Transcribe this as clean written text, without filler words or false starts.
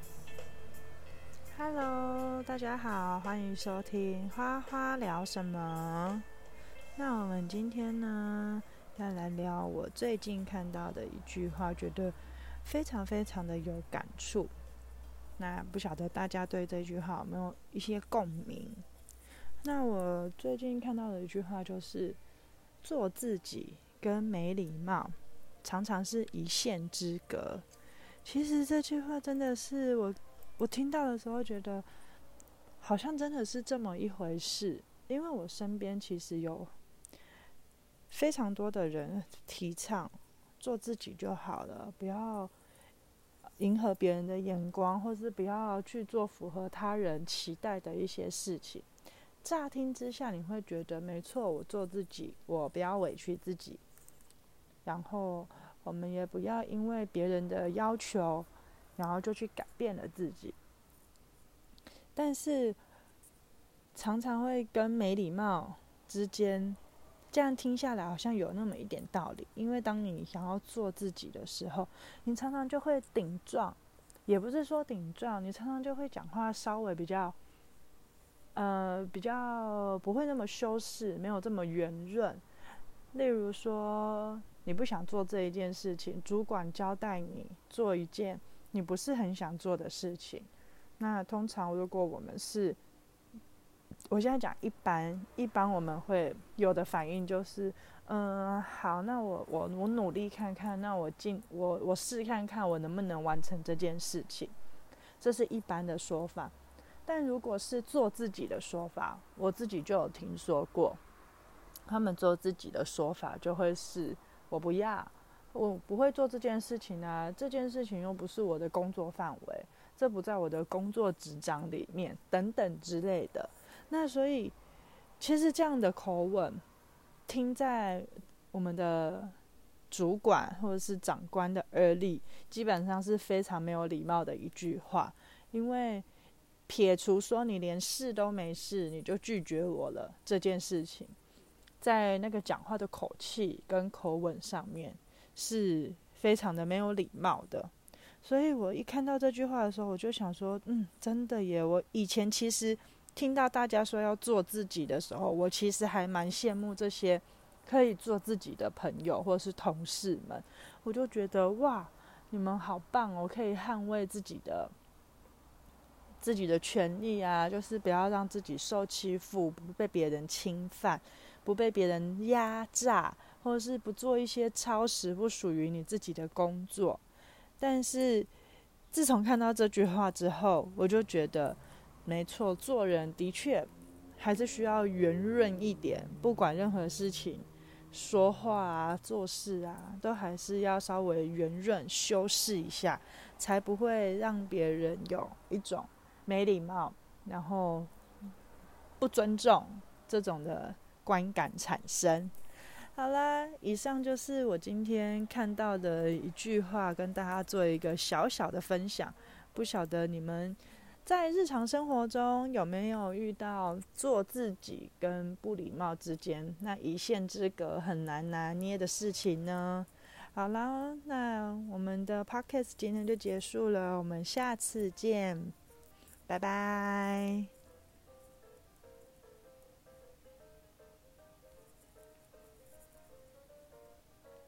Hello，大家好，欢迎收听花花聊什么。那我们今天呢，要来聊我最近看到的一句话，觉得非常非常的有感触。那不晓得大家对这句话有没有一些共鸣？那我最近看到的一句话就是做自己跟没礼貌常常是一线之隔。其实这句话真的是我听到的时候觉得好像真的是这么一回事，因为我身边其实有非常多的人提倡做自己就好了，不要迎合别人的眼光，或是不要去做符合他人期待的一些事情。乍听之下你会觉得没错，我做自己，我不要委屈自己，然后我们也不要因为别人的要求然后就去改变了自己。但是常常会跟没礼貌之间，这样听下来好像有那么一点道理。因为当你想要做自己的时候，你常常就会顶撞，也不是说顶撞，你常常就会讲话稍微比较不会那么修饰，没有这么圆润。例如说，你不想做这一件事情，主管交代你做一件你不是很想做的事情，那通常如果我现在讲一般我们会有的反应就是，好，那我努力看看，那我试看看我能不能完成这件事情，这是一般的说法。但如果是做自己的说法，我自己就有听说过，他们做自己的说法就会是我不要，我不会做这件事情啊，这件事情又不是我的工作范围，这不在我的工作职掌里面，等等之类的。那所以其实这样的口吻听在我们的主管或者是长官的耳里，基本上是非常没有礼貌的一句话。因为撇除说你连试都没试你就拒绝我了这件事情，在那个讲话的口气跟口吻上面是非常的没有礼貌的。所以我一看到这句话的时候，我就想说，真的耶！我以前其实听到大家说要做自己的时候，我其实还蛮羡慕这些可以做自己的朋友或是同事们。我就觉得哇，你们好棒哦，可以捍卫自己的权利啊，就是不要让自己受欺负，不被别人侵犯，不被别人压榨，或者是不做一些超时不属于你自己的工作。但是自从看到这句话之后，我就觉得没错，做人的确还是需要圆润一点，不管任何事情说话啊做事啊，都还是要稍微圆润修饰一下，才不会让别人有一种没礼貌然后不尊重这种的观感产生。好啦，以上就是我今天看到的一句话，跟大家做一个小小的分享。不晓得你们在日常生活中有没有遇到做自己跟不礼貌之间那一线之隔很难拿捏的事情呢？好啦，那我们的 podcast 今天就结束了，我们下次见，拜拜。